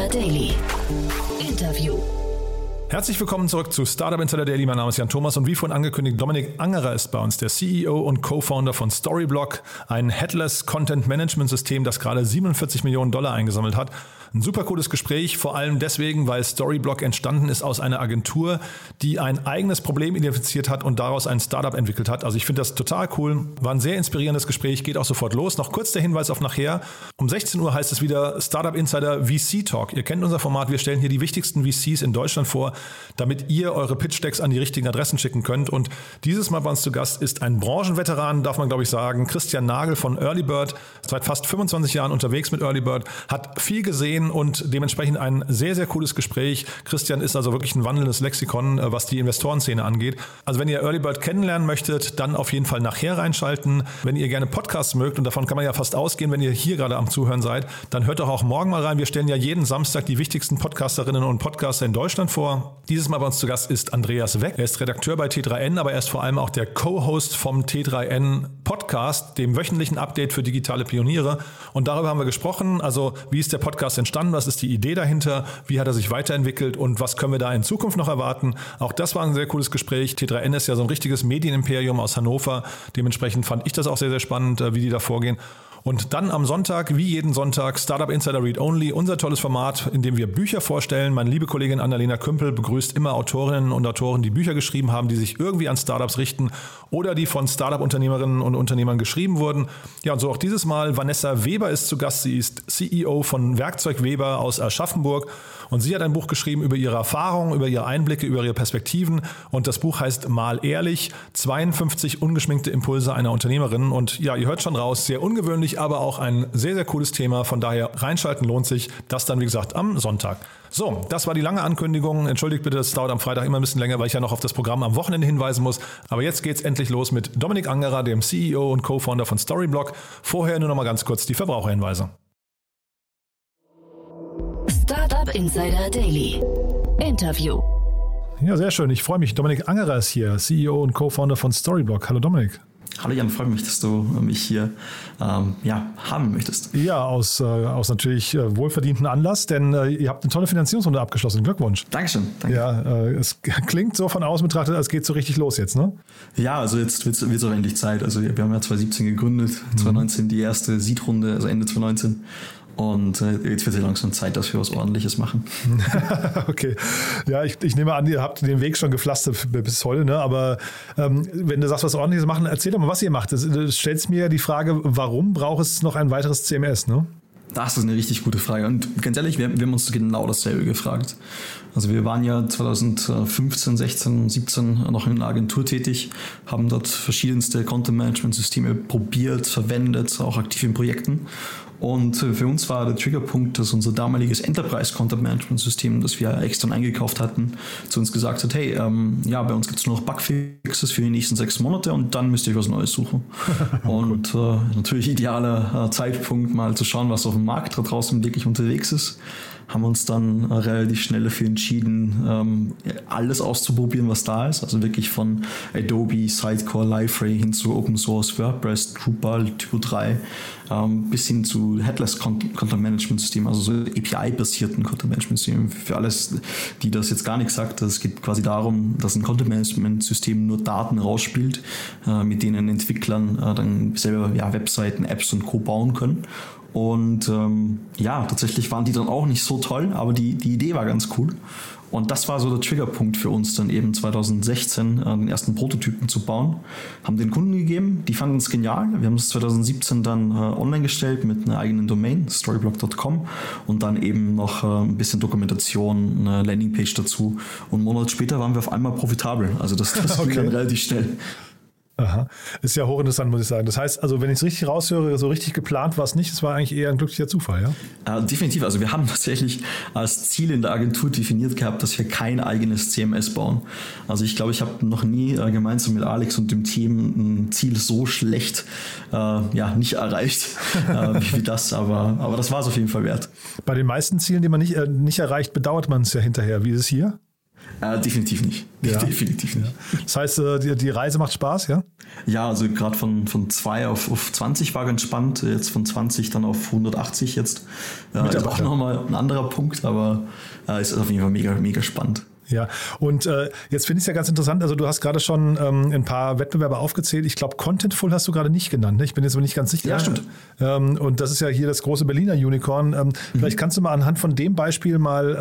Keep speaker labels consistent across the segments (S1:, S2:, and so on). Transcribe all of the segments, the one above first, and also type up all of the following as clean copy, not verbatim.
S1: Daily. Interview.
S2: Herzlich willkommen zurück zu Startup Insider Daily. Mein Name ist Jan Thomas und wie vorhin angekündigt, Dominik Angerer ist bei uns, der CEO und Co-Founder von Storyblock, ein Headless Content Management System, das gerade $47 Millionen eingesammelt hat. Ein super cooles Gespräch, vor allem deswegen, weil Storyblock entstanden ist aus einer Agentur, die ein eigenes Problem identifiziert hat und daraus ein Startup entwickelt hat. Also ich finde das total cool. War ein sehr inspirierendes Gespräch, geht auch sofort los. Noch kurz der Hinweis auf nachher. Um 16 Uhr heißt es wieder Startup Insider VC Talk. Ihr kennt unser Format, wir stellen hier die wichtigsten VCs in Deutschland vor, damit ihr eure Pitch-Decks an die richtigen Adressen schicken könnt. Und dieses Mal bei uns zu Gast ist ein Branchenveteran, darf man glaube ich sagen, Christian Nagel von Earlybird. Seit fast 25 Jahren unterwegs mit Earlybird, hat viel gesehen und dementsprechend ein sehr, sehr cooles Gespräch. Christian ist also wirklich ein wandelndes Lexikon, was die Investorenszene angeht. Also wenn ihr Earlybird kennenlernen möchtet, dann auf jeden Fall nachher reinschalten. Wenn ihr gerne Podcasts mögt, und davon kann man ja fast ausgehen, wenn ihr hier gerade am Zuhören seid, dann hört doch auch morgen mal rein. Wir stellen ja jeden Samstag die wichtigsten Podcasterinnen und Podcaster in Deutschland vor. Dieses Mal bei uns zu Gast ist Andreas Weck. Er ist Redakteur bei T3N, aber er ist vor allem auch der Co-Host vom T3N Podcast, dem wöchentlichen Update für digitale Pioniere. Und darüber haben wir gesprochen. Also wie ist der Podcast entstanden? Was ist die Idee dahinter? Wie hat er sich weiterentwickelt? Und was können wir da in Zukunft noch erwarten? Auch das war ein sehr cooles Gespräch. T3N ist ja so ein richtiges Medienimperium aus Hannover. Dementsprechend fand ich das auch sehr, sehr spannend, wie die da vorgehen. Und dann am Sonntag, wie jeden Sonntag, Startup Insider Read Only, unser tolles Format, in dem wir Bücher vorstellen. Meine liebe Kollegin Annalena Kümpel begrüßt immer Autorinnen und Autoren, die Bücher geschrieben haben, die sich irgendwie an Startups richten oder die von Startup-Unternehmerinnen und Unternehmern geschrieben wurden. Ja, und so auch dieses Mal. Vanessa Weber ist zu Gast. Sie ist CEO von Werkzeug Weber aus Aschaffenburg. Und sie hat ein Buch geschrieben über ihre Erfahrungen, über ihre Einblicke, über ihre Perspektiven. Und das Buch heißt Mal ehrlich, 52 ungeschminkte Impulse einer Unternehmerin. Und ja, ihr hört schon raus, sehr ungewöhnlich, aber auch ein sehr, sehr cooles Thema. Von daher reinschalten lohnt sich. Das dann, wie gesagt, am Sonntag. So, das war die lange Ankündigung. Entschuldigt bitte, das dauert am Freitag immer ein bisschen länger, weil ich ja noch auf das Programm am Wochenende hinweisen muss. Aber jetzt geht's endlich los mit Dominik Angerer, dem CEO und Co-Founder von Storyblock. Vorher nur noch mal ganz kurz die Verbraucherhinweise.
S1: Startup Insider Daily. Interview.
S2: Ja, sehr schön. Ich freue mich. Dominik Angerer ist hier, CEO und Co-Founder von Storyblock. Hallo Dominik.
S3: Hallo Jan, freut mich, dass du mich hier haben möchtest.
S2: Ja, aus natürlich wohlverdienten Anlass, denn ihr habt eine tolle Finanzierungsrunde abgeschlossen. Glückwunsch.
S3: Dankeschön. Danke.
S2: Ja, es klingt so von außen betrachtet, als geht es so richtig los jetzt, ne?
S3: Ja, also jetzt wird es auch endlich Zeit. Also wir haben ja 2017 gegründet, 2019 die erste Seed-Runde, also Ende 2019. Und jetzt wird es langsam Zeit, dass wir was Ordentliches machen.
S2: Okay. Ja, ich nehme an, ihr habt den Weg schon gepflastert bis heute, ne? Aber wenn du sagst, was Ordentliches machen, erzähl doch mal, was ihr macht. Du stellst mir die Frage, warum braucht es noch ein weiteres CMS, ne?
S3: Das ist eine richtig gute Frage. Und ganz ehrlich, wir haben uns genau dasselbe gefragt. Also wir waren ja 2015, 16, 17 noch in einer Agentur tätig, haben dort verschiedenste Content-Management-Systeme probiert, verwendet, auch aktiv in Projekten. Und für uns war der Triggerpunkt, dass unser damaliges Enterprise-Content-Management-System, das wir extern eingekauft hatten, zu uns gesagt hat, hey, bei uns gibt es nur noch Bugfixes für die nächsten 6 Monate und dann müsst ihr euch was Neues suchen. Und natürlich idealer Zeitpunkt, mal zu schauen, was auf dem Markt da draußen wirklich unterwegs ist. Haben uns dann relativ schnell dafür entschieden, alles auszuprobieren, was da ist. Also wirklich von Adobe, Sitecore, Liferay hin zu Open Source, WordPress, Drupal, Typo 3, bis hin zu Headless Content Management System, also so API-basierten Content Management System. Für alles, die das jetzt gar nicht sagt, es geht quasi darum, dass ein Content Management System nur Daten rausspielt, mit denen Entwicklern dann selber Webseiten, Apps und Co. bauen können. Und tatsächlich waren die dann auch nicht so toll, aber die Idee war ganz cool. Und das war so der Triggerpunkt für uns, dann eben 2016 den ersten Prototypen zu bauen. Haben den Kunden gegeben, die fanden es genial. Wir haben es 2017 dann online gestellt mit einer eigenen Domain, storyblock.com, und dann eben noch ein bisschen Dokumentation, eine Landingpage dazu. Und einen Monat später waren wir auf einmal profitabel. Also das ging dann relativ schnell.
S2: Aha. Ist ja hochinteressant, muss ich sagen. Das heißt, also wenn ich es richtig raushöre, so richtig geplant war es nicht, es war eigentlich eher ein glücklicher Zufall, ja?
S3: Definitiv. Also wir haben tatsächlich als Ziel in der Agentur definiert gehabt, dass wir kein eigenes CMS bauen. Also ich glaube, ich habe noch nie gemeinsam mit Alex und dem Team ein Ziel so schlecht nicht erreicht wie das, aber das war es auf jeden Fall wert.
S2: Bei den meisten Zielen, die man nicht erreicht, bedauert man es ja hinterher. Wie ist es hier?
S3: Definitiv nicht.
S2: Ja.
S3: Definitiv nicht.
S2: Das heißt, die Reise macht Spaß, ja?
S3: Ja, also gerade von 2 auf 20 war ganz spannend, jetzt von 20 dann auf 180 jetzt. Ist auch nochmal ein anderer Punkt, aber ist auf jeden Fall mega, mega spannend.
S2: Ja, und jetzt finde ich es ja ganz interessant, also du hast gerade schon ein paar Wettbewerbe aufgezählt. Ich glaube, Contentful hast du gerade nicht genannt, ne? Ich bin jetzt aber nicht ganz sicher.
S3: Ja, stimmt.
S2: Und das ist ja hier das große Berliner Unicorn. Vielleicht kannst du mal anhand von dem Beispiel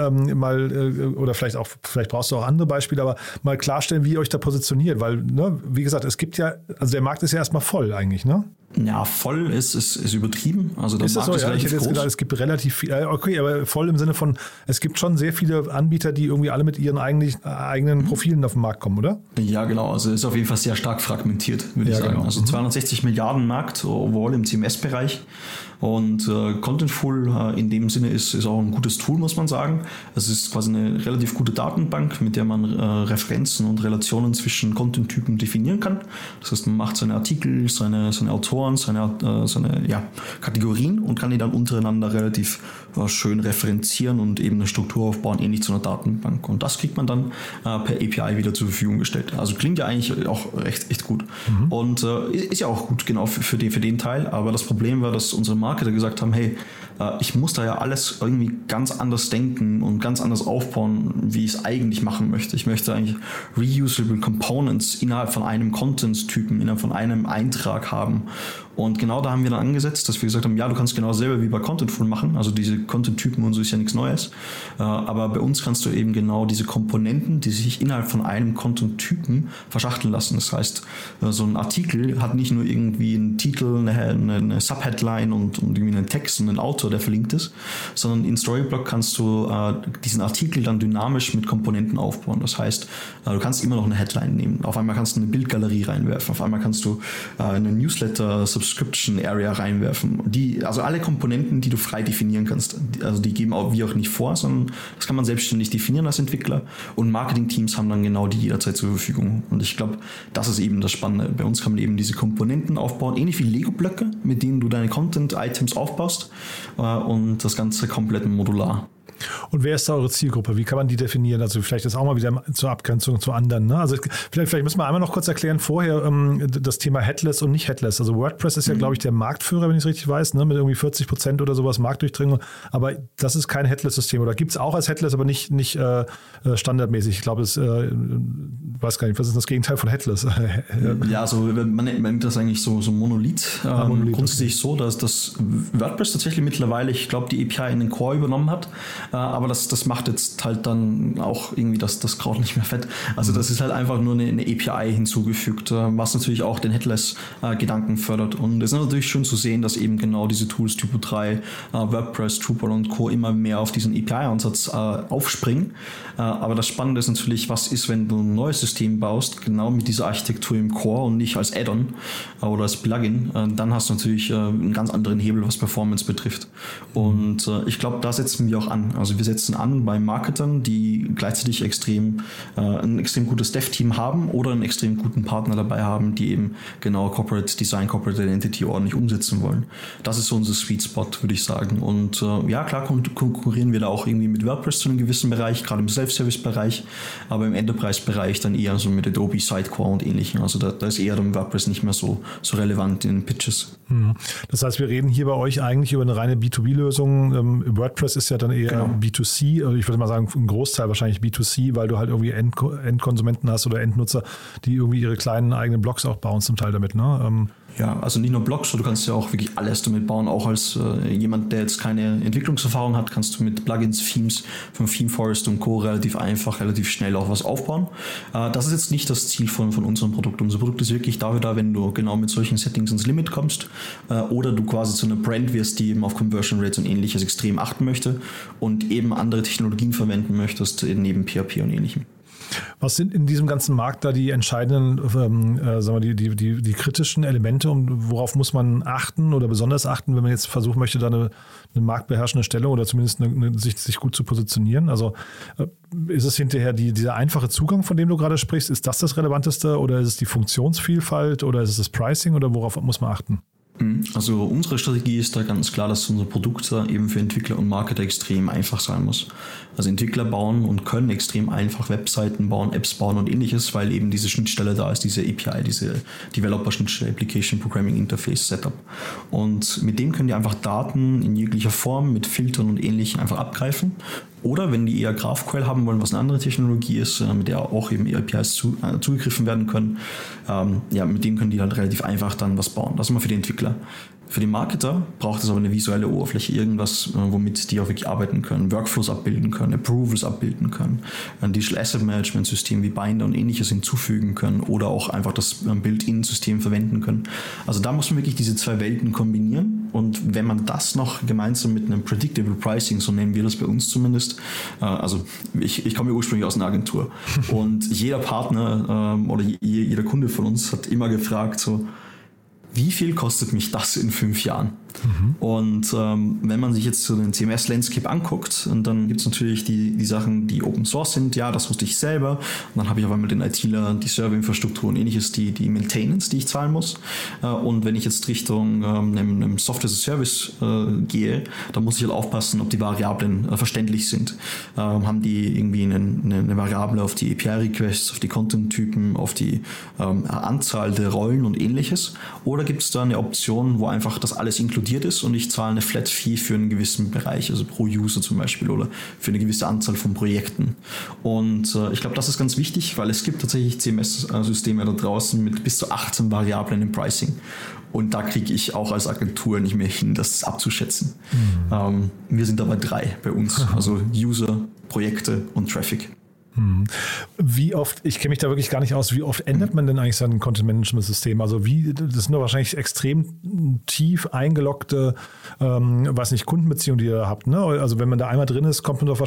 S2: oder vielleicht brauchst du auch andere Beispiele, aber mal klarstellen, wie ihr euch da positioniert, weil, ne, wie gesagt, es gibt ja, also der Markt ist ja erstmal voll eigentlich, ne?
S3: Ja, voll ist übertrieben. Also der Markt ist
S2: relativ groß. Ich hätte jetzt gedacht, es gibt relativ viel, okay, aber voll im Sinne von, es gibt schon sehr viele Anbieter, die irgendwie alle mit ihren eigenen Profilen auf den Markt kommen, oder?
S3: Ja, genau. Also ist auf jeden Fall sehr stark fragmentiert, würde ich sagen. Genau. Also 260 Milliarden Markt overall im CMS-Bereich. Und Contentful in dem Sinne ist auch ein gutes Tool, muss man sagen. Es ist quasi eine relativ gute Datenbank, mit der man Referenzen und Relationen zwischen Content-Typen definieren kann. Das heißt, man macht seine Artikel, seine Autoren, seine Kategorien und kann die dann untereinander relativ schön referenzieren und eben eine Struktur aufbauen, ähnlich zu einer Datenbank. Und das kriegt man dann per API wieder zur Verfügung gestellt. Also klingt ja eigentlich auch echt gut. Und ist ja auch gut, genau, für den Teil. Aber das Problem war, dass unsere Marketer gesagt haben, hey, ich muss da ja alles irgendwie ganz anders denken und ganz anders aufbauen, wie ich es eigentlich machen möchte. Ich möchte eigentlich reusable Components innerhalb von einem Content-Typen, innerhalb von einem Eintrag haben. Und genau da haben wir dann angesetzt, dass wir gesagt haben, ja, du kannst genau dasselbe wie bei Contentful machen, also diese Content-Typen und so ist ja nichts Neues, aber bei uns kannst du eben genau diese Komponenten, die sich innerhalb von einem Content-Typen verschachteln lassen. Das heißt, so ein Artikel hat nicht nur irgendwie einen Titel, eine Subheadline und irgendwie einen Text und einen Autor, der verlinkt ist, sondern in Storyblock kannst du diesen Artikel dann dynamisch mit Komponenten aufbauen. Das heißt, du kannst immer noch eine Headline nehmen, auf einmal kannst du eine Bildgalerie reinwerfen, auf einmal kannst du eine Newsletter-Subscription Area reinwerfen. Also alle Komponenten, die du frei definieren kannst, also die geben wir auch nicht vor, sondern das kann man selbstständig definieren als Entwickler und Marketing-Teams haben dann genau die jederzeit zur Verfügung. Und ich glaube, das ist eben das Spannende. Bei uns kann man eben diese Komponenten aufbauen, ähnlich wie Lego-Blöcke, mit denen du deine Content-Items aufbaust und das Ganze komplett modular.
S2: Und wer ist da eure Zielgruppe? Wie kann man die definieren? Also vielleicht ist auch mal wieder zur Abgrenzung zu anderen. Ne? Also vielleicht müssen wir einmal noch kurz erklären, vorher das Thema Headless und nicht Headless. Also WordPress ist ja, glaube ich, der Marktführer, wenn ich es richtig weiß, ne? Mit irgendwie 40% oder sowas Marktdurchdringung. Aber das ist kein Headless-System. Oder gibt es auch als Headless, aber nicht standardmäßig. Ich glaube, weiß gar nicht, was ist das Gegenteil von Headless?
S3: Ja, also man nennt das eigentlich so Monolith.
S2: Monolith,
S3: grundsätzlich so, dass das WordPress tatsächlich mittlerweile, ich glaube, die API in den Core übernommen hat. Aber das macht jetzt halt dann auch irgendwie das Kraut nicht mehr fett. Also das ist halt einfach nur eine API hinzugefügt, was natürlich auch den Headless-Gedanken fördert. Und es ist natürlich schön zu sehen, dass eben genau diese Tools Typo 3, WordPress, Drupal und Co. immer mehr auf diesen API-Ansatz aufspringen. Aber das Spannende ist natürlich, was ist, wenn du ein neues System baust, genau mit dieser Architektur im Core und nicht als Add-on oder als Plugin, dann hast du natürlich einen ganz anderen Hebel, was Performance betrifft. Und ich glaube, da setzen wir auch an. Also wir setzen an bei Marketern, die gleichzeitig ein extrem gutes Dev-Team haben oder einen extrem guten Partner dabei haben, die eben genau Corporate Design, Corporate Identity ordentlich umsetzen wollen. Das ist so unser Sweet Spot, würde ich sagen. Und ja, klar konkurrieren wir da auch irgendwie mit WordPress zu einem gewissen Bereich, gerade im Self-Service-Bereich, aber im Enterprise-Bereich dann eher so mit Adobe Sidecore und Ähnlichem. Also da ist eher dann WordPress nicht mehr so relevant in den Pitches.
S2: Das heißt, wir reden hier bei euch eigentlich über eine reine B2B-Lösung. WordPress ist ja dann eher B2C, also ich würde mal sagen, ein Großteil wahrscheinlich B2C, weil du halt irgendwie Endkonsumenten hast oder Endnutzer, die irgendwie ihre kleinen eigenen Blogs auch bauen zum Teil damit, ne?
S3: Ja, also nicht nur Blogs, du kannst ja auch wirklich alles damit bauen. Auch als jemand, der jetzt keine Entwicklungserfahrung hat, kannst du mit Plugins, Themes von ThemeForest und Co. relativ einfach, relativ schnell auch was aufbauen. Das ist jetzt nicht das Ziel von unserem Produkt. Unser Produkt ist wirklich dafür da, wenn du genau mit solchen Settings ins Limit kommst oder du quasi zu einer Brand wirst, die eben auf Conversion Rates und Ähnliches extrem achten möchte und eben andere Technologien verwenden möchtest, neben PHP und Ähnlichem.
S2: Was sind in diesem ganzen Markt da die entscheidenden, sagen wir, die kritischen Elemente, worauf muss man achten oder besonders achten, wenn man jetzt versuchen möchte, da eine marktbeherrschende Stellung oder zumindest sich gut zu positionieren? Also ist es hinterher dieser einfache Zugang, von dem du gerade sprichst, ist das Relevanteste oder ist es die Funktionsvielfalt oder ist es das Pricing oder worauf muss man achten?
S3: Also unsere Strategie ist da ganz klar, dass unser Produkt da eben für Entwickler und Marketer extrem einfach sein muss. Also Entwickler bauen und können extrem einfach Webseiten bauen, Apps bauen und ähnliches, weil eben diese Schnittstelle da ist, diese API, diese Developer-Schnittstelle, Application Programming Interface Setup. Und mit dem können die einfach Daten in jeglicher Form mit Filtern und ähnlichem einfach abgreifen. Oder wenn die eher GraphQL haben wollen, was eine andere Technologie ist, mit der auch eben APIs zugegriffen werden können, mit dem können die halt relativ einfach dann was bauen. Das ist immer für die Entwickler. Für die Marketer braucht es aber eine visuelle Oberfläche, irgendwas, womit die auch wirklich arbeiten können, Workflows abbilden können, Approvals abbilden können, ein Digital Asset Management System wie Binder und ähnliches hinzufügen können oder auch einfach das Build-in-System verwenden können. Also da muss man wirklich diese zwei Welten kombinieren, und wenn man das noch gemeinsam mit einem Predictable Pricing, so nennen wir das bei uns zumindest, also ich komme ja ursprünglich aus einer Agentur und jeder Partner oder jeder Kunde von uns hat immer gefragt so, wie viel kostet mich das in 5 Jahren? Und wenn man sich jetzt so den CMS-Landscape anguckt, und dann gibt es natürlich die Sachen, die Open Source sind, ja, das wusste ich selber. Und dann habe ich auf einmal den ITler, die Serverinfrastruktur und ähnliches, die Maintenance, die ich zahlen muss. Und wenn ich jetzt Richtung einem Software as a Service gehe, dann muss ich halt aufpassen, ob die Variablen verständlich sind. Haben die irgendwie eine Variable auf die API-Requests, auf die Content-Typen, auf die Anzahl der Rollen und ähnliches? Oder gibt es da eine Option, wo einfach das alles inkludiert ist und ich zahle eine Flat Fee für einen gewissen Bereich, also pro User zum Beispiel oder für eine gewisse Anzahl von Projekten. Und ich glaube, das ist ganz wichtig, weil es gibt tatsächlich CMS-Systeme da draußen mit bis zu 18 Variablen im Pricing. Und da kriege ich auch als Agentur nicht mehr hin, das abzuschätzen. Wir sind dabei 3 bei uns, also User, Projekte und Traffic.
S2: Wie oft, ich kenne mich da wirklich gar nicht aus, wie oft ändert man denn eigentlich sein Content-Management-System? Also das sind doch wahrscheinlich extrem tief eingeloggte, Kundenbeziehungen, die ihr da habt. Ne? Also wenn man da einmal drin ist,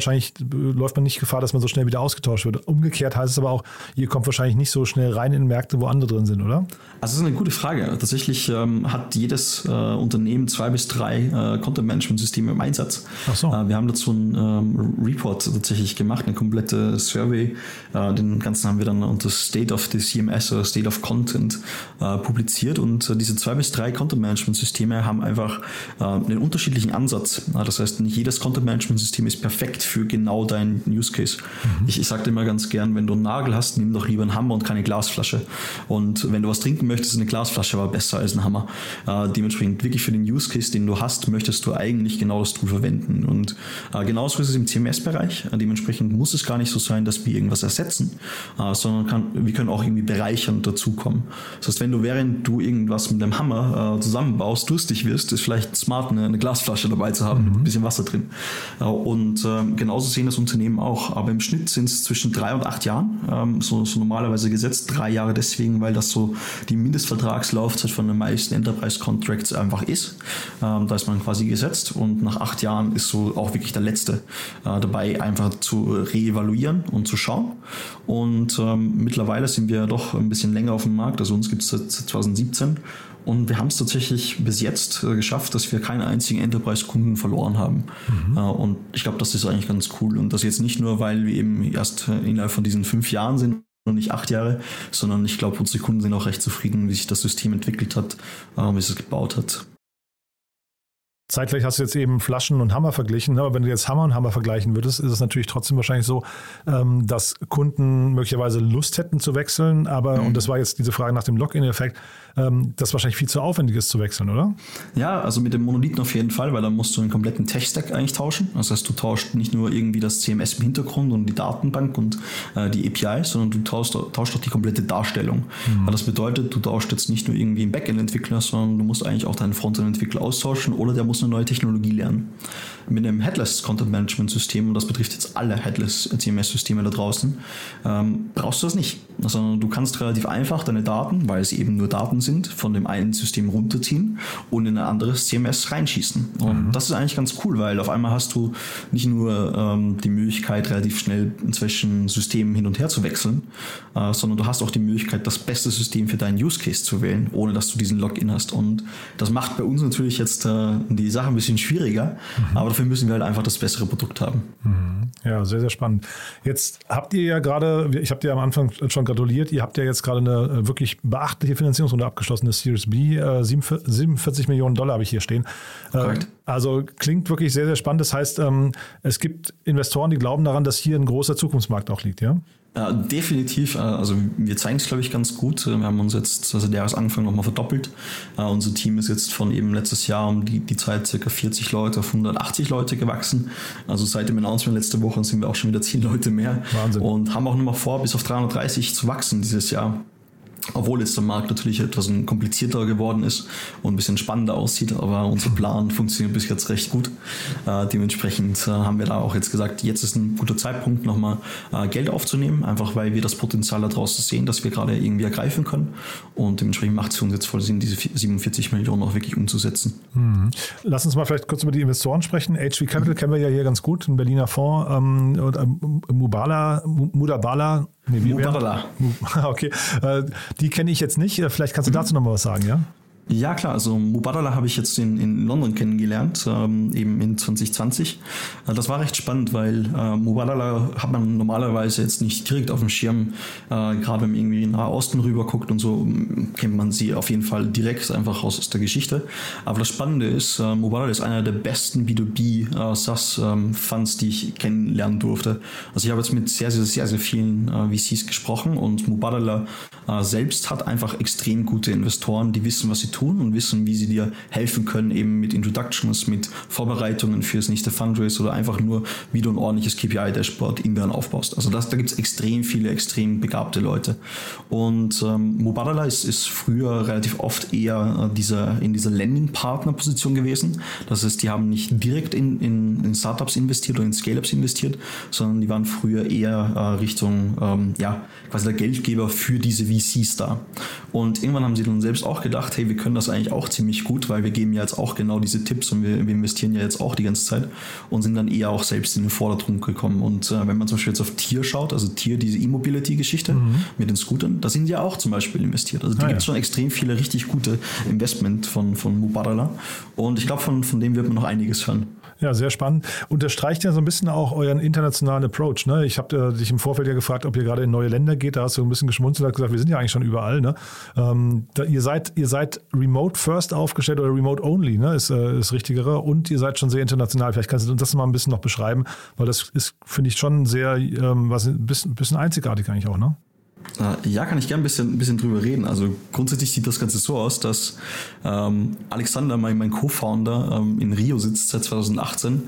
S2: läuft man nicht Gefahr, dass man so schnell wieder ausgetauscht wird. Umgekehrt heißt es aber auch, ihr kommt wahrscheinlich nicht so schnell rein in Märkte, wo andere drin sind, oder?
S3: Also das ist eine gute Frage. Tatsächlich hat jedes Unternehmen 2 bis 3 Content-Management-Systeme im Einsatz.
S2: Ach so.
S3: Wir haben dazu einen Report tatsächlich gemacht, eine komplette Survey. Den ganzen haben wir dann unter State of the CMS oder State of Content publiziert, und diese 2 bis 3 Content-Management-Systeme haben einfach einen unterschiedlichen Ansatz. Das heißt, nicht jedes Content-Management-System ist perfekt für genau deinen Use-Case. Ich sage immer ganz gern, wenn du einen Nagel hast, nimm doch lieber einen Hammer und keine Glasflasche. Und wenn du was trinken möchtest, eine Glasflasche war besser als ein Hammer. Dementsprechend wirklich für den Use-Case, den du hast, möchtest du eigentlich genau das Tool verwenden. Und genauso ist es im CMS-Bereich. Dementsprechend muss es gar nicht so sein, dass wir irgendwas ersetzen, sondern wir können auch irgendwie bereichern dazukommen. Das heißt, während du irgendwas mit einem Hammer zusammenbaust, durstig wirst, ist vielleicht smart, eine Glasflasche dabei zu haben mit ein bisschen Wasser drin. Und genauso sehen das Unternehmen auch. Aber im Schnitt sind es zwischen 3 und 8 Jahren, so normalerweise gesetzt. 3 Jahre deswegen, weil das so die Mindestvertragslaufzeit von den meisten Enterprise-Contracts einfach ist. Da ist man quasi gesetzt, und nach 8 Jahren ist so auch wirklich der letzte dabei, einfach zu reevaluieren und zu schauen. Und mittlerweile sind wir doch ein bisschen länger auf dem Markt, also uns gibt es seit 2017, und wir haben es tatsächlich bis jetzt geschafft, dass wir keinen einzigen Enterprise-Kunden verloren haben. Und ich glaube, das ist eigentlich ganz cool, und das jetzt nicht nur, weil wir eben erst innerhalb von diesen 5 Jahren sind und nicht 8 Jahre, sondern ich glaube, unsere Kunden sind auch recht zufrieden, wie sich das System entwickelt hat, wie es gebaut hat.
S2: Zeitgleich hast du jetzt eben Flaschen und Hammer verglichen, aber wenn du jetzt Hammer und Hammer vergleichen würdest, ist es natürlich trotzdem wahrscheinlich so, dass Kunden möglicherweise Lust hätten zu wechseln, aber, und das war jetzt diese Frage nach dem Login-Effekt, das wahrscheinlich viel zu aufwendig ist zu wechseln, oder?
S3: Ja, also mit dem Monolithen auf jeden Fall, weil dann musst du einen kompletten Tech-Stack eigentlich tauschen. Das heißt, du tauscht nicht nur irgendwie das CMS im Hintergrund und die Datenbank und die API, sondern du tauscht auch die komplette Darstellung. Das bedeutet, du tauscht jetzt nicht nur irgendwie einen Backend-Entwickler, sondern du musst eigentlich auch deinen Frontend-Entwickler austauschen, oder der muss eine neue Technologie lernen. Mit einem Headless-Content-Management-System, und das betrifft jetzt alle Headless-CMS-Systeme da draußen, brauchst du das nicht. Sondern du kannst relativ einfach deine Daten, weil es eben nur Daten sind, von dem einen System runterziehen und in ein anderes CMS reinschießen. Und das ist eigentlich ganz cool, weil auf einmal hast du nicht nur die Möglichkeit, relativ schnell zwischen Systemen hin und her zu wechseln, sondern du hast auch die Möglichkeit, das beste System für deinen Use Case zu wählen, ohne dass du diesen Login hast. Und das macht bei uns natürlich jetzt die Sache ein bisschen schwieriger, aber dafür müssen wir halt einfach das bessere Produkt haben.
S2: Ja, sehr, sehr spannend. Jetzt habt ihr ja gerade, ich habe dir am Anfang schon gratuliert, ihr habt ja jetzt gerade eine wirklich beachtliche Finanzierungsrunde abgeschlossen, eine Series B, 47 Millionen $, habe ich hier stehen.
S3: Korrekt.
S2: Also klingt wirklich sehr, sehr spannend. Das heißt, es gibt Investoren, die glauben daran, dass hier ein großer Zukunftsmarkt auch liegt, ja?
S3: Definitiv. Also wir zeigen es, glaube ich, ganz gut. Wir haben uns jetzt seit Jahresanfang nochmal verdoppelt. Unser Team ist jetzt von eben letztes Jahr um die Zeit ca. 40 Leute auf 180 Leute gewachsen. Also seit dem Announcement letzte Woche sind wir auch schon wieder 10 Leute mehr.
S2: Wahnsinn.
S3: Und haben auch nochmal vor, bis auf 330 zu wachsen dieses Jahr. Obwohl jetzt der Markt natürlich etwas komplizierter geworden ist und ein bisschen spannender aussieht, aber unser Plan funktioniert bis jetzt recht gut. Dementsprechend haben wir da auch jetzt gesagt, jetzt ist ein guter Zeitpunkt, nochmal Geld aufzunehmen, einfach weil wir das Potenzial daraus sehen, dass wir gerade irgendwie ergreifen können. Und dementsprechend macht es für uns jetzt voll Sinn, diese 47 Millionen auch wirklich umzusetzen.
S2: Lass uns mal vielleicht kurz über die Investoren sprechen. HV Capital kennen wir ja hier ganz gut, ein Berliner Fonds. Mubadala. Okay, die kenne ich jetzt nicht. Vielleicht kannst du dazu noch mal was sagen, ja?
S3: Ja, klar. Also Mubadala habe ich jetzt in London kennengelernt, eben in 2020. Das war recht spannend, weil Mubadala hat man normalerweise jetzt nicht direkt auf dem Schirm. Gerade wenn man irgendwie nach Osten rüber guckt und so, kennt man sie auf jeden Fall direkt einfach aus der Geschichte. Aber das Spannende ist, Mubadala ist einer der besten B2B SaaS-Funds, die ich kennenlernen durfte. Also ich habe jetzt mit sehr, sehr, sehr, sehr vielen VCs gesprochen und Mubadala selbst hat einfach extrem gute Investoren, die wissen, was sie tun und wissen, wie sie dir helfen können, eben mit Introductions, mit Vorbereitungen fürs nächste Fundraise oder einfach nur, wie du ein ordentliches KPI-Dashboard intern aufbaust. Also da gibt es extrem viele, extrem begabte Leute. Und Mubadala ist früher relativ oft eher in dieser Lending-Partner-Position gewesen. Das heißt, die haben nicht direkt in Startups investiert oder in Scale-Ups investiert, sondern die waren früher eher Richtung quasi der Geldgeber für diese VCs da. Und irgendwann haben sie dann selbst auch gedacht, hey, wir können das eigentlich auch ziemlich gut, weil wir geben ja jetzt auch genau diese Tipps und wir investieren ja jetzt auch die ganze Zeit und sind dann eher auch selbst in den Vordergrund gekommen. Und wenn man zum Beispiel jetzt auf Tier schaut, also Tier, diese E-Mobility-Geschichte mit den Scootern, da sind ja auch zum Beispiel investiert. Also da gibt es schon extrem viele richtig gute Investment von Mubadala und ich glaube, von dem wird man noch einiges hören.
S2: Ja, sehr spannend. Unterstreicht ja so ein bisschen auch euren internationalen Approach. Ne? Ich habe dich im Vorfeld ja gefragt, ob ihr gerade in neue Länder geht. Da hast du ein bisschen geschmunzelt und gesagt, wir sind ja eigentlich schon überall. Ne? Ihr seid remote first aufgestellt oder remote only, ne? ist richtigere. Und ihr seid schon sehr international. Vielleicht kannst du das mal ein bisschen noch beschreiben, weil das ist, finde ich, schon sehr, ein bisschen einzigartig eigentlich auch, ne?
S3: Ja, kann ich gerne ein bisschen drüber reden. Also grundsätzlich sieht das Ganze so aus, dass Alexander, mein Co-Founder, in Rio sitzt seit 2018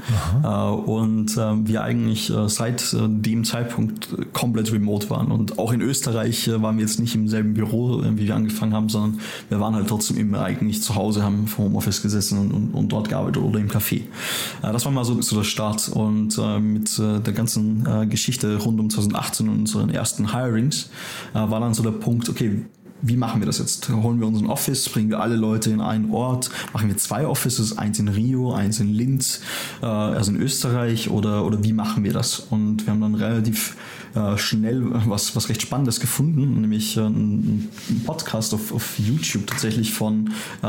S3: und wir eigentlich seit dem Zeitpunkt komplett remote waren. Und auch in Österreich waren wir jetzt nicht im selben Büro, wie wir angefangen haben, sondern wir waren halt trotzdem immer eigentlich zu Hause, haben vom Homeoffice gesessen und dort gearbeitet oder im Café. Das war mal so der Start. Und mit der ganzen Geschichte rund um 2018 und unseren ersten Hirings war dann so der Punkt, okay, wie machen wir das jetzt? Holen wir unseren Office, bringen wir alle Leute in einen Ort, machen wir 2 Offices, eins in Rio, eins in Linz, also in Österreich oder wie machen wir das? Und wir haben dann relativ schnell was recht Spannendes gefunden, nämlich einen Podcast auf YouTube tatsächlich von,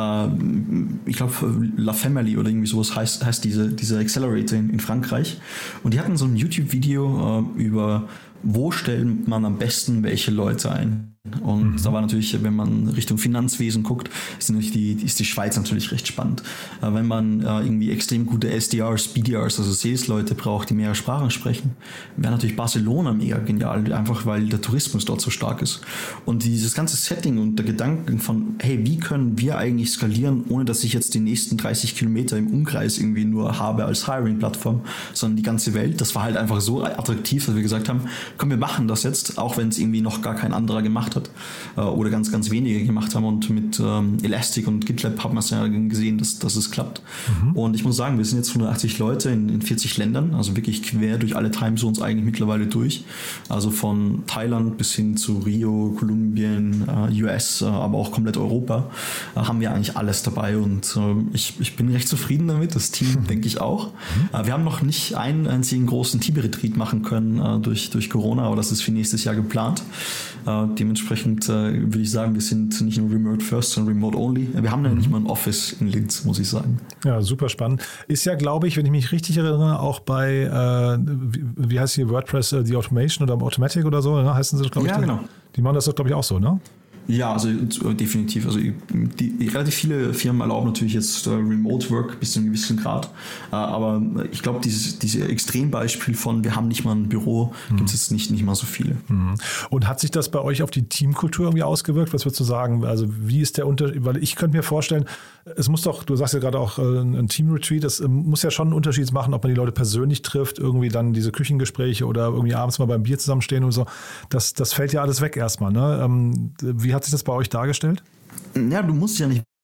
S3: ich glaube, La Family oder irgendwie sowas heißt dieser Accelerator in Frankreich. Und die hatten so ein YouTube-Video über, wo stellt man am besten welche Leute ein. Und da war natürlich, wenn man Richtung Finanzwesen guckt, ist die Schweiz natürlich recht spannend. Wenn man irgendwie extrem gute SDRs, BDRs, also Sales-Leute braucht, die mehrere Sprachen sprechen, wäre natürlich Barcelona mega genial, einfach weil der Tourismus dort so stark ist. Und dieses ganze Setting und der Gedanken von, hey, wie können wir eigentlich skalieren, ohne dass ich jetzt die nächsten 30 Kilometer im Umkreis irgendwie nur habe als Hiring-Plattform, sondern die ganze Welt, das war halt einfach so attraktiv, dass wir gesagt haben, komm, wir machen das jetzt, auch wenn es irgendwie noch gar kein anderer gemacht hat oder ganz, ganz wenige gemacht haben. Und mit Elastic und GitLab haben wir es ja gesehen, dass es klappt. Und ich muss sagen, wir sind jetzt 180 Leute in 40 Ländern, also wirklich quer durch alle Timezones eigentlich mittlerweile durch. Also von Thailand bis hin zu Rio, Kolumbien, US, aber auch komplett Europa haben wir eigentlich alles dabei. Und ich bin recht zufrieden damit, das Team denke ich auch. Wir haben noch nicht einen einzigen großen Team-Retreat machen können durch Corona, aber das ist für nächstes Jahr geplant. Dementsprechend würde ich sagen, wir sind nicht nur Remote First, sondern Remote Only. Wir haben ja nicht mal ein Office in Linz, muss ich sagen.
S2: Ja, super spannend. Ist ja, glaube ich, wenn ich mich richtig erinnere, auch bei, wie heißt hier, WordPress, die Automation oder Automatic oder so, ne? Heißen sie, glaube ich.
S3: Ja, genau.
S2: Die machen das doch, glaube ich, auch so, ne?
S3: Ja, also definitiv. Also relativ viele Firmen erlauben natürlich jetzt Remote Work bis zu einem gewissen Grad. Aber ich glaube, dieses Extrembeispiel von wir haben nicht mal ein Büro, gibt es jetzt nicht mal so viele.
S2: Und hat sich das bei euch auf die Teamkultur irgendwie ausgewirkt? Was würdest du sagen? Also wie ist der Unterschied? Weil ich könnte mir vorstellen, es muss doch, du sagst ja gerade auch ein Team-Retreat, es muss ja schon einen Unterschied machen, ob man die Leute persönlich trifft, irgendwie dann diese Küchengespräche oder irgendwie abends mal beim Bier zusammenstehen und so. Das fällt ja alles weg erstmal, ne? Wie hat sich das bei euch dargestellt?
S3: Ja, du musst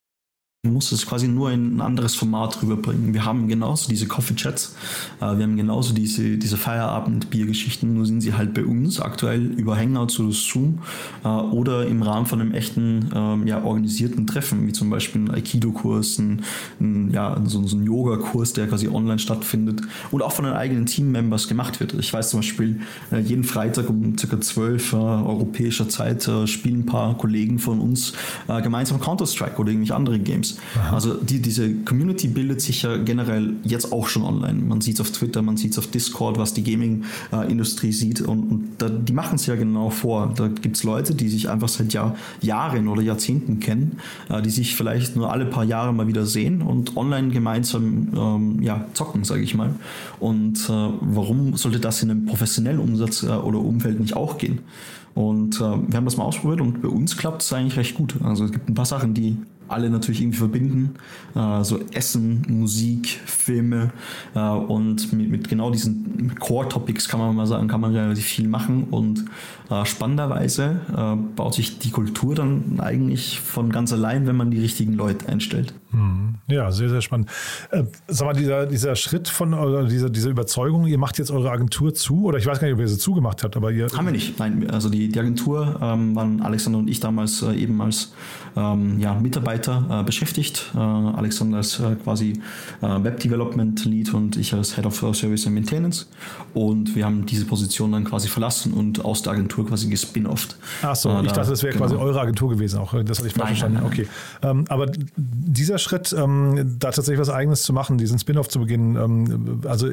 S3: es quasi nur in ein anderes Format rüberbringen. Wir haben genauso diese Coffee-Chats, wir haben genauso diese Feierabend-Bier-Geschichten, nur sind sie halt bei uns aktuell über Hangouts oder Zoom oder im Rahmen von einem echten organisierten Treffen, wie zum Beispiel ein Aikido-Kurs, so ein Yoga-Kurs, der quasi online stattfindet und auch von den eigenen Team-Members gemacht wird. Ich weiß zum Beispiel, jeden Freitag um ca. 12 europäischer Zeit spielen ein paar Kollegen von uns gemeinsam Counter-Strike oder irgendwelche andere Games. Aha. Also diese Community bildet sich ja generell jetzt auch schon online. Man sieht es auf Twitter, man sieht es auf Discord, was die Gaming-Industrie sieht und die machen es ja genau vor. Da gibt es Leute, die sich einfach seit Jahren oder Jahrzehnten kennen, die sich vielleicht nur alle paar Jahre mal wieder sehen und online gemeinsam zocken, sage ich mal. Und warum sollte das in einem professionellen Umsatz oder Umfeld nicht auch gehen? Und wir haben das mal ausprobiert und bei uns klappt es eigentlich recht gut. Also es gibt ein paar Sachen, die alle natürlich irgendwie verbinden, so Essen, Musik, Filme und mit genau diesen Core-Topics kann man mal sagen, kann man relativ viel machen und spannenderweise baut sich die Kultur dann eigentlich von ganz allein, wenn man die richtigen Leute einstellt.
S2: Ja, sehr, sehr spannend. Sag mal, dieser Schritt oder diese Überzeugung, ihr macht jetzt eure Agentur zu, oder ich weiß gar nicht, ob ihr sie zugemacht habt, aber ihr...
S3: Haben wir nicht, nein, also die Agentur waren Alexander und ich damals eben als Mitarbeiter beschäftigt. Alexander als quasi Web Development Lead und ich als Head of Service and Maintenance und wir haben diese Position dann quasi verlassen und aus der Agentur quasi gespin-offt.
S2: Ach so, ich dachte, das wäre quasi eure Agentur gewesen auch. Das hatte ich falsch verstanden. Nein. Okay. Aber dieser Schritt, da tatsächlich was Eigenes zu machen, diesen Spin-off zu beginnen, also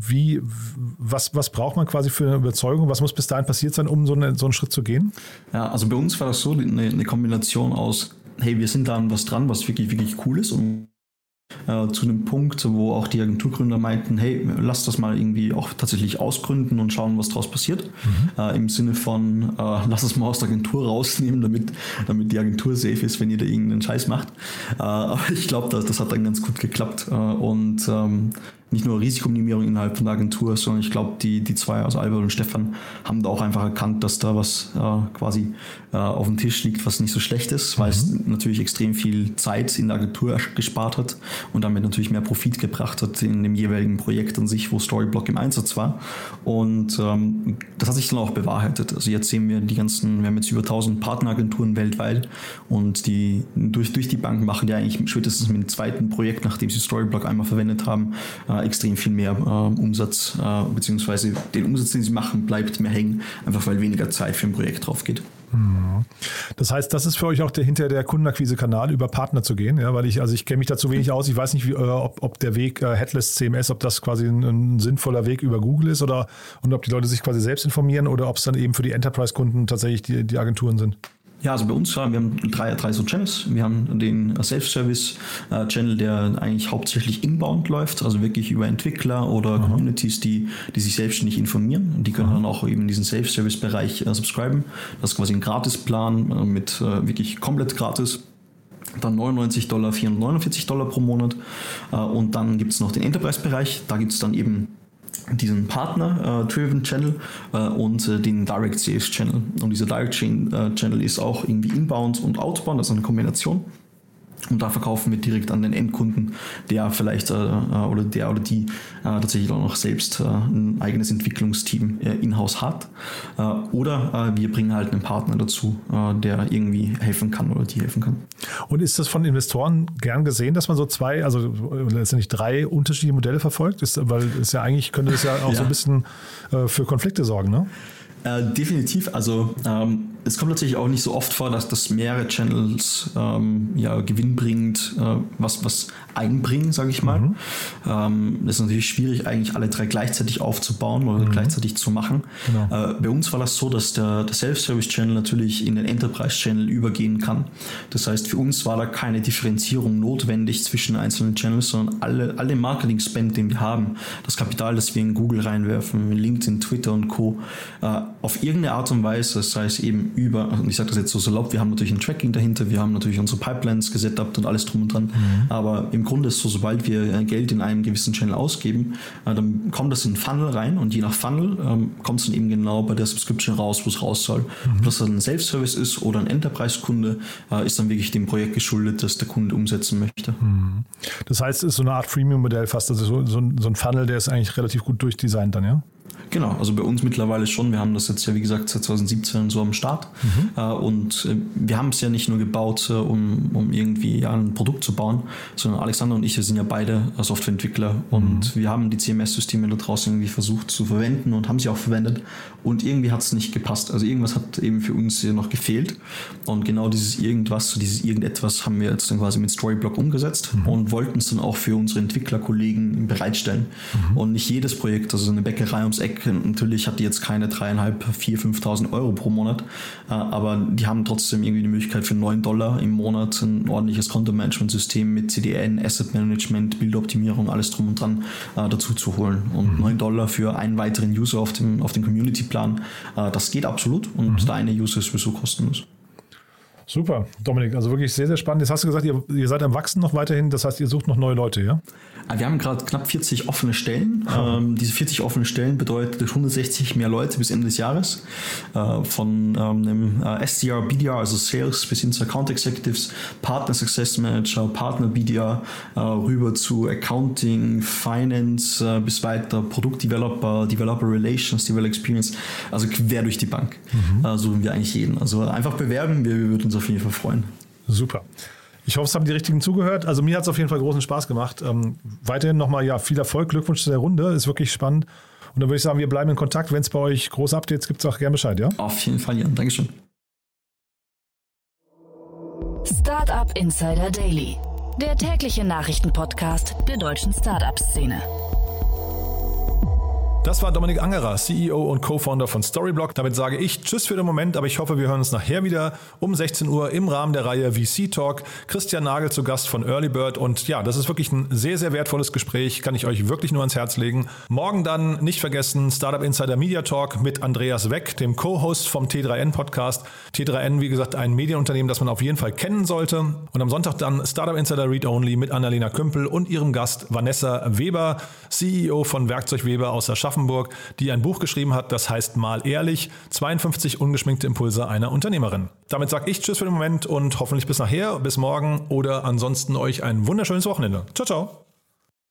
S2: was braucht man quasi für eine Überzeugung? Was muss bis dahin passiert sein, um so einen Schritt zu gehen?
S3: Ja, also bei uns war das so eine Kombination aus, hey, wir sind da an was dran, was wirklich, wirklich cool ist und zu einem Punkt, wo auch die Agenturgründer meinten, hey, lass das mal irgendwie auch tatsächlich ausgründen und schauen, was daraus passiert. Im Sinne von, lass es mal aus der Agentur rausnehmen, damit die Agentur safe ist, wenn ihr da irgendeinen Scheiß macht. Aber ich glaube, das hat dann ganz gut geklappt. Und nicht nur Risikominimierung innerhalb von der Agentur, sondern ich glaube, die zwei, also Albert und Stefan, haben da auch einfach erkannt, dass da was quasi auf dem Tisch liegt, was nicht so schlecht ist, weil es natürlich extrem viel Zeit in der Agentur gespart hat und damit natürlich mehr Profit gebracht hat in dem jeweiligen Projekt an sich, wo Storyblock im Einsatz war. Und das hat sich dann auch bewahrheitet. Also jetzt sehen wir wir haben jetzt über 1000 Partneragenturen weltweit und die durch die Bank machen ja eigentlich spätestens mit dem zweiten Projekt, nachdem sie Storyblock einmal verwendet haben, extrem viel mehr Umsatz, beziehungsweise den Umsatz, den sie machen, bleibt mehr hängen, einfach weil weniger Zeit für ein Projekt drauf geht.
S2: Das heißt, das ist für euch auch der Kundenakquise-Kanal, über Partner zu gehen, ja, weil ich kenne mich dazu wenig aus. Ich weiß nicht, ob der Weg Headless CMS, ob das quasi ein sinnvoller Weg über Google ist und ob die Leute sich quasi selbst informieren oder ob es dann eben für die Enterprise-Kunden tatsächlich die Agenturen sind.
S3: Ja, also bei uns, wir haben drei so Channels. Wir haben den Self-Service-Channel, der eigentlich hauptsächlich inbound läuft, also wirklich über Entwickler oder Communities, die sich selbstständig informieren. Die können dann auch eben in diesen Self-Service-Bereich subscriben. Das ist quasi ein Gratisplan mit wirklich komplett gratis. Dann $99, $449 pro Monat. Und dann gibt es noch den Enterprise-Bereich. Da gibt es dann eben diesen Partner-Driven Channel und den Direct Sales Channel. Und dieser Direct Channel ist auch irgendwie inbound und outbound, also eine Kombination. Und da verkaufen wir direkt an den Endkunden, der vielleicht oder die tatsächlich auch noch selbst ein eigenes Entwicklungsteam in-house hat. Oder wir bringen halt einen Partner dazu, der irgendwie helfen kann oder die helfen kann.
S2: Und ist das von Investoren gern gesehen, dass man so letztendlich 3 unterschiedliche Modelle verfolgt? Weil es ja eigentlich könnte es ja auch so ein bisschen für Konflikte sorgen, ne?
S3: Definitiv. Also es kommt natürlich auch nicht so oft vor, dass das mehrere Channels gewinnbringend was einbringen, sage ich mal. Das ist natürlich schwierig, eigentlich alle 3 gleichzeitig aufzubauen oder gleichzeitig zu machen. Genau. Bei uns war das so, dass der Self-Service-Channel natürlich in den Enterprise-Channel übergehen kann. Das heißt, für uns war da keine Differenzierung notwendig zwischen einzelnen Channels, sondern alle Marketing-Spend, den wir haben, das Kapital, das wir in Google reinwerfen, in LinkedIn, Twitter und Co., auf irgendeine Art und Weise, das heißt eben und ich sage das jetzt so salopp, wir haben natürlich ein Tracking dahinter, wir haben natürlich unsere Pipelines gesetupt und alles drum und dran, aber im Grunde ist so, sobald wir Geld in einem gewissen Channel ausgeben, dann kommt das in einen Funnel rein und je nach Funnel kommt es dann eben genau bei der Subscription raus, wo es raus soll. Ob das dann ein Self-Service ist oder ein Enterprise-Kunde, ist dann wirklich dem Projekt geschuldet, das der Kunde umsetzen möchte.
S2: Das heißt, es ist so eine Art Freemium-Modell fast, also so ein Funnel, der ist eigentlich relativ gut durchdesignt dann, ja?
S3: Genau, also bei uns mittlerweile schon. Wir haben das jetzt ja, wie gesagt, seit 2017 so am Start. Und wir haben es ja nicht nur gebaut, um irgendwie ein Produkt zu bauen, sondern Alexander und ich, wir sind ja beide Softwareentwickler und wir haben die CMS-Systeme da draußen irgendwie versucht zu verwenden und haben sie auch verwendet und irgendwie hat es nicht gepasst. Also irgendwas hat eben für uns hier noch gefehlt und genau dieses Irgendetwas haben wir jetzt dann quasi mit Storyblock umgesetzt und wollten es dann auch für unsere Entwicklerkollegen bereitstellen. Und nicht jedes Projekt, also eine Bäckerei ums Eck, natürlich hat die jetzt keine 3.500, 4.000, 5.000 Euro pro Monat, aber die haben trotzdem irgendwie die Möglichkeit für $9 im Monat ein ordentliches Content-Management-System mit CDN, Asset-Management, Bildoptimierung, alles drum und dran dazu zu holen. Und $9 für einen weiteren User auf dem Community-Plan, das geht absolut und der eine User ist sowieso kostenlos.
S2: Super, Dominik, also wirklich sehr, sehr spannend. Jetzt hast du gesagt, ihr seid am Wachsen noch weiterhin, das heißt, ihr sucht noch neue Leute, ja?
S3: Wir haben gerade knapp 40 offene Stellen. Diese 40 offene Stellen bedeutet 160 mehr Leute bis Ende des Jahres. Von einem SDR, BDR, also Sales, bis hin zu Account Executives, Partner Success Manager, Partner BDR, rüber zu Accounting, Finance, bis weiter Produktdeveloper, Developer Relations, Developer Experience, also quer durch die Bank. Suchen wir eigentlich jeden. Also einfach bewerben, wir würden uns auf jeden Fall freuen.
S2: Super. Ich hoffe, es haben die Richtigen zugehört. Also mir hat es auf jeden Fall großen Spaß gemacht. Weiterhin nochmal viel Erfolg, Glückwunsch zu der Runde. Ist wirklich spannend. Und dann würde ich sagen, wir bleiben in Kontakt. Wenn es bei euch große Updates gibt, auch gerne Bescheid, ja?
S3: Auf jeden Fall, Jan. Dankeschön.
S1: Startup Insider Daily, der tägliche Nachrichtenpodcast der deutschen Startup-Szene.
S2: Das war Dominik Angerer, CEO und Co-Founder von Storyblock. Damit sage ich Tschüss für den Moment, aber ich hoffe, wir hören uns nachher wieder um 16 Uhr im Rahmen der Reihe VC Talk. Christian Nagel zu Gast von Early Bird und ja, das ist wirklich ein sehr, sehr wertvolles Gespräch, kann ich euch wirklich nur ans Herz legen. Morgen dann nicht vergessen Startup Insider Media Talk mit Andreas Weck, dem Co-Host vom T3N Podcast. T3N, wie gesagt, ein Medienunternehmen, das man auf jeden Fall kennen sollte. Und am Sonntag dann Startup Insider Read Only mit Annalena Kümpel und ihrem Gast Vanessa Weber, CEO von Werkzeug Weber aus Aschaffenburg, die ein Buch geschrieben hat, das heißt Mal ehrlich, 52 ungeschminkte Impulse einer Unternehmerin. Damit sage ich Tschüss für den Moment und hoffentlich bis nachher, bis morgen oder ansonsten euch ein wunderschönes Wochenende. Ciao, ciao.